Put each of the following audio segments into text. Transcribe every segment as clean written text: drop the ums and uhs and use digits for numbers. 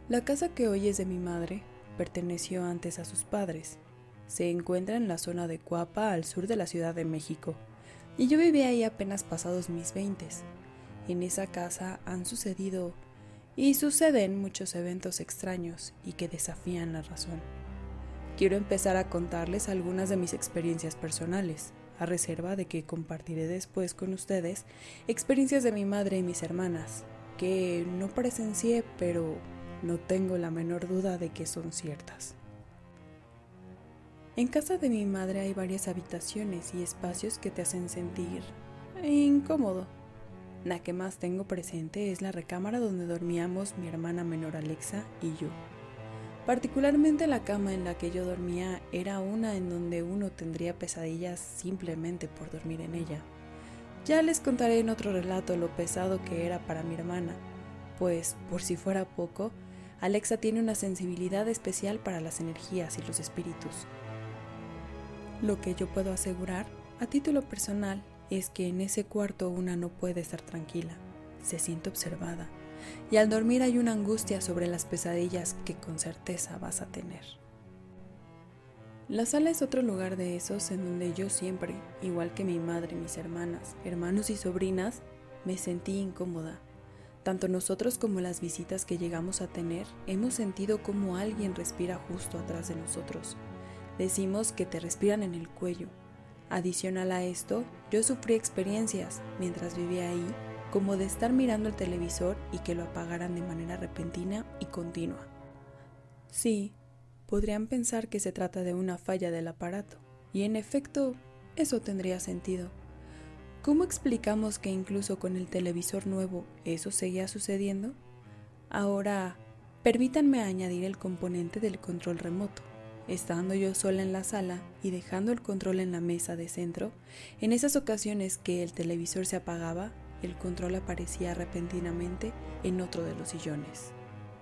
La casa que hoy es de mi madre perteneció antes a sus padres. Se encuentra en la zona de Cuapa, al sur de la Ciudad de México, y yo viví ahí apenas pasados mis 20. En esa casa han sucedido y suceden muchos eventos extraños y que desafían la razón. Quiero empezar a contarles algunas de mis experiencias personales, a reserva de que compartiré después con ustedes experiencias de mi madre y mis hermanas, que no presencié, pero no tengo la menor duda de que son ciertas. En casa de mi madre hay varias habitaciones y espacios que te hacen sentir incómodo. La que más tengo presente es la recámara donde dormíamos mi hermana menor Alexa y yo. Particularmente la cama en la que yo dormía era una en donde uno tendría pesadillas simplemente por dormir en ella. Ya les contaré en otro relato lo pesado que era para mi hermana, pues, por si fuera poco, Alexa tiene una sensibilidad especial para las energías y los espíritus. Lo que yo puedo asegurar, a título personal, es que en ese cuarto una no puede estar tranquila, se siente observada, y al dormir hay una angustia sobre las pesadillas que con certeza vas a tener. La sala es otro lugar de esos en donde yo siempre, igual que mi madre, mis hermanas, hermanos y sobrinas, me sentí incómoda. Tanto nosotros como las visitas que llegamos a tener, hemos sentido como alguien respira justo atrás de nosotros. Decimos que te respiran en el cuello. Adicional a esto, yo sufrí experiencias, mientras vivía ahí, como de estar mirando el televisor y que lo apagaran de manera repentina y continua. Sí, podrían pensar que se trata de una falla del aparato, y en efecto, eso tendría sentido. ¿Cómo explicamos que incluso con el televisor nuevo eso seguía sucediendo? Ahora, permítanme añadir el componente del control remoto. Estando yo sola en la sala y dejando el control en la mesa de centro, en esas ocasiones que el televisor se apagaba, el control aparecía repentinamente en otro de los sillones.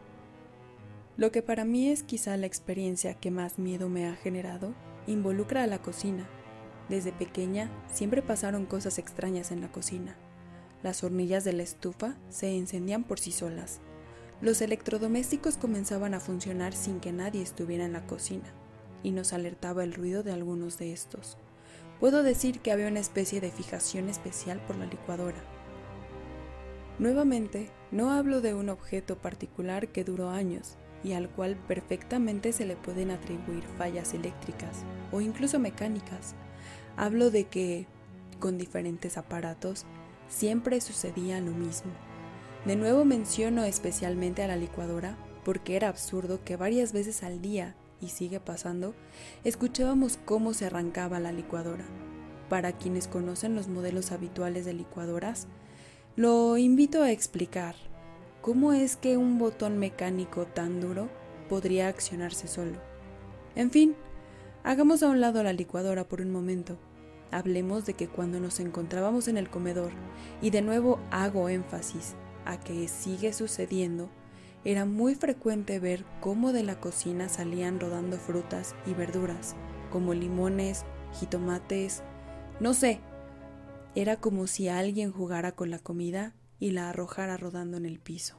Lo que para mí es quizá la experiencia que más miedo me ha generado, involucra a la cocina. Desde pequeña siempre pasaron cosas extrañas en la cocina. Las hornillas de la estufa se encendían por sí solas. Los electrodomésticos comenzaban a funcionar sin que nadie estuviera en la cocina, y nos alertaba el ruido de algunos de estos. Puedo decir que había una especie de fijación especial por la licuadora. Nuevamente, no hablo de un objeto particular que duró años y al cual perfectamente se le pueden atribuir fallas eléctricas o incluso mecánicas. Hablo de que, con diferentes aparatos, siempre sucedía lo mismo. De nuevo menciono especialmente a la licuadora porque era absurdo que varias veces al día, y sigue pasando, escuchábamos cómo se arrancaba la licuadora. Para quienes conocen los modelos habituales de licuadoras, lo invito a explicar cómo es que un botón mecánico tan duro podría accionarse solo. En fin, hagamos a un lado la licuadora por un momento. Hablemos de que cuando nos encontrábamos en el comedor, y de nuevo hago énfasis a que sigue sucediendo, era muy frecuente ver cómo de la cocina salían rodando frutas y verduras, como limones, jitomates, no sé. Era como si alguien jugara con la comida y la arrojara rodando en el piso.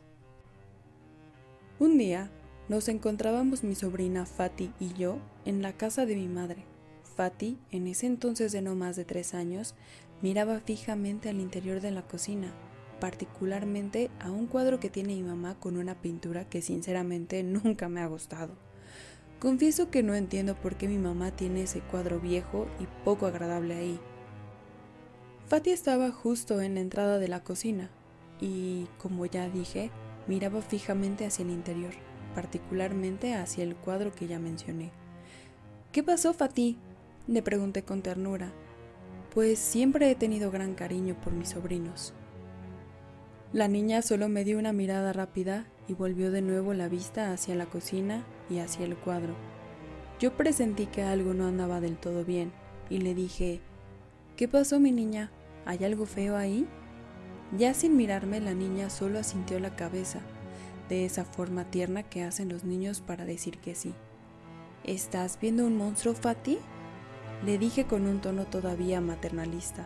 Un día nos encontrábamos mi sobrina Fati y yo en la casa de mi madre. Fati, en ese entonces de no más de 3 años, miraba fijamente al interior de la cocina, particularmente a un cuadro que tiene mi mamá con una pintura que sinceramente nunca me ha gustado. Confieso que no entiendo por qué mi mamá tiene ese cuadro viejo y poco agradable ahí. Fati estaba justo en la entrada de la cocina y, como ya dije, miraba fijamente hacia el interior, particularmente hacia el cuadro que ya mencioné. ¿Qué pasó, Fati?, le pregunté con ternura, pues siempre he tenido gran cariño por mis sobrinos. La niña solo me dio una mirada rápida y volvió de nuevo la vista hacia la cocina y hacia el cuadro. Yo presentí que algo no andaba del todo bien y le dije, ¿qué pasó, mi niña? ¿Hay algo feo ahí? Ya sin mirarme, la niña solo asintió la cabeza, de esa forma tierna que hacen los niños para decir que sí. ¿Estás viendo un monstruo, Fati?, le dije con un tono todavía maternalista.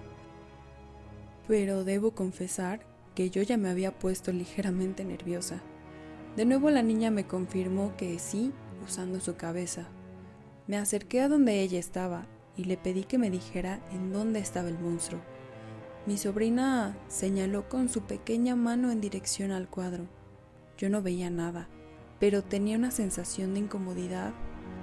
Pero debo confesar que yo ya me había puesto ligeramente nerviosa. De nuevo la niña me confirmó que sí, usando su cabeza. Me acerqué a donde ella estaba y le pedí que me dijera en dónde estaba el monstruo. Mi sobrina señaló con su pequeña mano en dirección al cuadro. Yo no veía nada, pero tenía una sensación de incomodidad.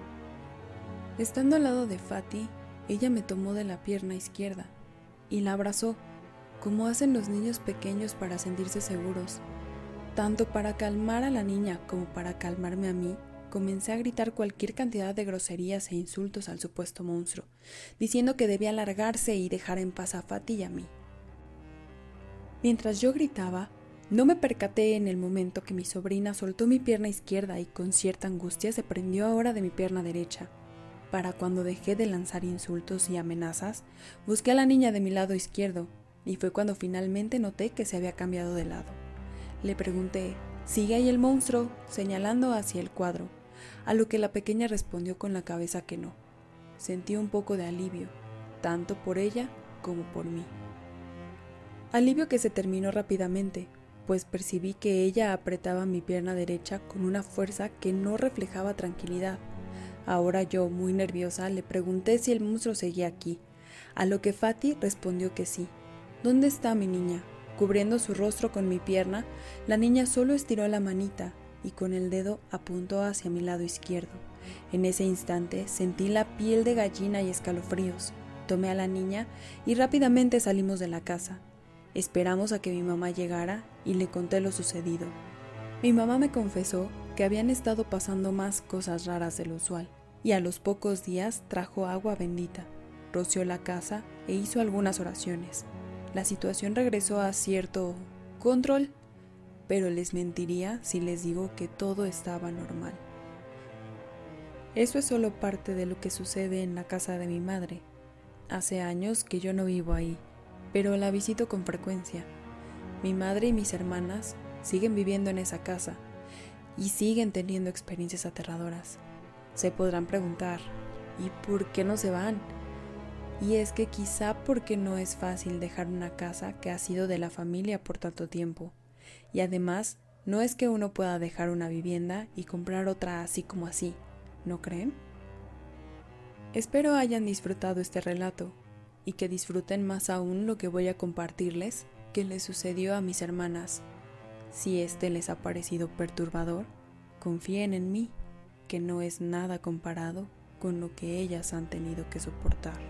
Estando al lado de Fati, ella me tomó de la pierna izquierda y la abrazó, como hacen los niños pequeños para sentirse seguros. Tanto para calmar a la niña como para calmarme a mí, comencé a gritar cualquier cantidad de groserías e insultos al supuesto monstruo, diciendo que debía largarse y dejar en paz a Fati y a mí. Mientras yo gritaba, no me percaté en el momento que mi sobrina soltó mi pierna izquierda y con cierta angustia se prendió ahora de mi pierna derecha. Para cuando dejé de lanzar insultos y amenazas, busqué a la niña de mi lado izquierdo, y fue cuando finalmente noté que se había cambiado de lado. Le pregunté, ¿sigue ahí el monstruo?, señalando hacia el cuadro, a lo que la pequeña respondió con la cabeza que no. Sentí un poco de alivio, tanto por ella como por mí. Alivio que se terminó rápidamente, pues percibí que ella apretaba mi pierna derecha con una fuerza que no reflejaba tranquilidad. Ahora yo, muy nerviosa, le pregunté si el monstruo seguía aquí, a lo que Fati respondió que sí. ¿Dónde está mi niña? Cubriendo su rostro con mi pierna, la niña solo estiró la manita y con el dedo apuntó hacia mi lado izquierdo. En ese instante sentí la piel de gallina y escalofríos. Tomé a la niña y rápidamente salimos de la casa. Esperamos a que mi mamá llegara y le conté lo sucedido. Mi mamá me confesó que habían estado pasando más cosas raras de lo usual, y a los pocos días trajo agua bendita, roció la casa e hizo algunas oraciones. La situación regresó a cierto control, pero les mentiría si les digo que todo estaba normal. Eso es solo parte de lo que sucede en la casa de mi madre. Hace años que yo no vivo ahí, pero la visito con frecuencia. Mi madre y mis hermanas siguen viviendo en esa casa y siguen teniendo experiencias aterradoras. Se podrán preguntar, ¿y por qué no se van? Y es que quizá porque no es fácil dejar una casa que ha sido de la familia por tanto tiempo. Y además, no es que uno pueda dejar una vivienda y comprar otra así como así, ¿no creen? Espero hayan disfrutado este relato y que disfruten más aún lo que voy a compartirles que les sucedió a mis hermanas. Si este les ha parecido perturbador, confíen en mí, que no es nada comparado con lo que ellas han tenido que soportar.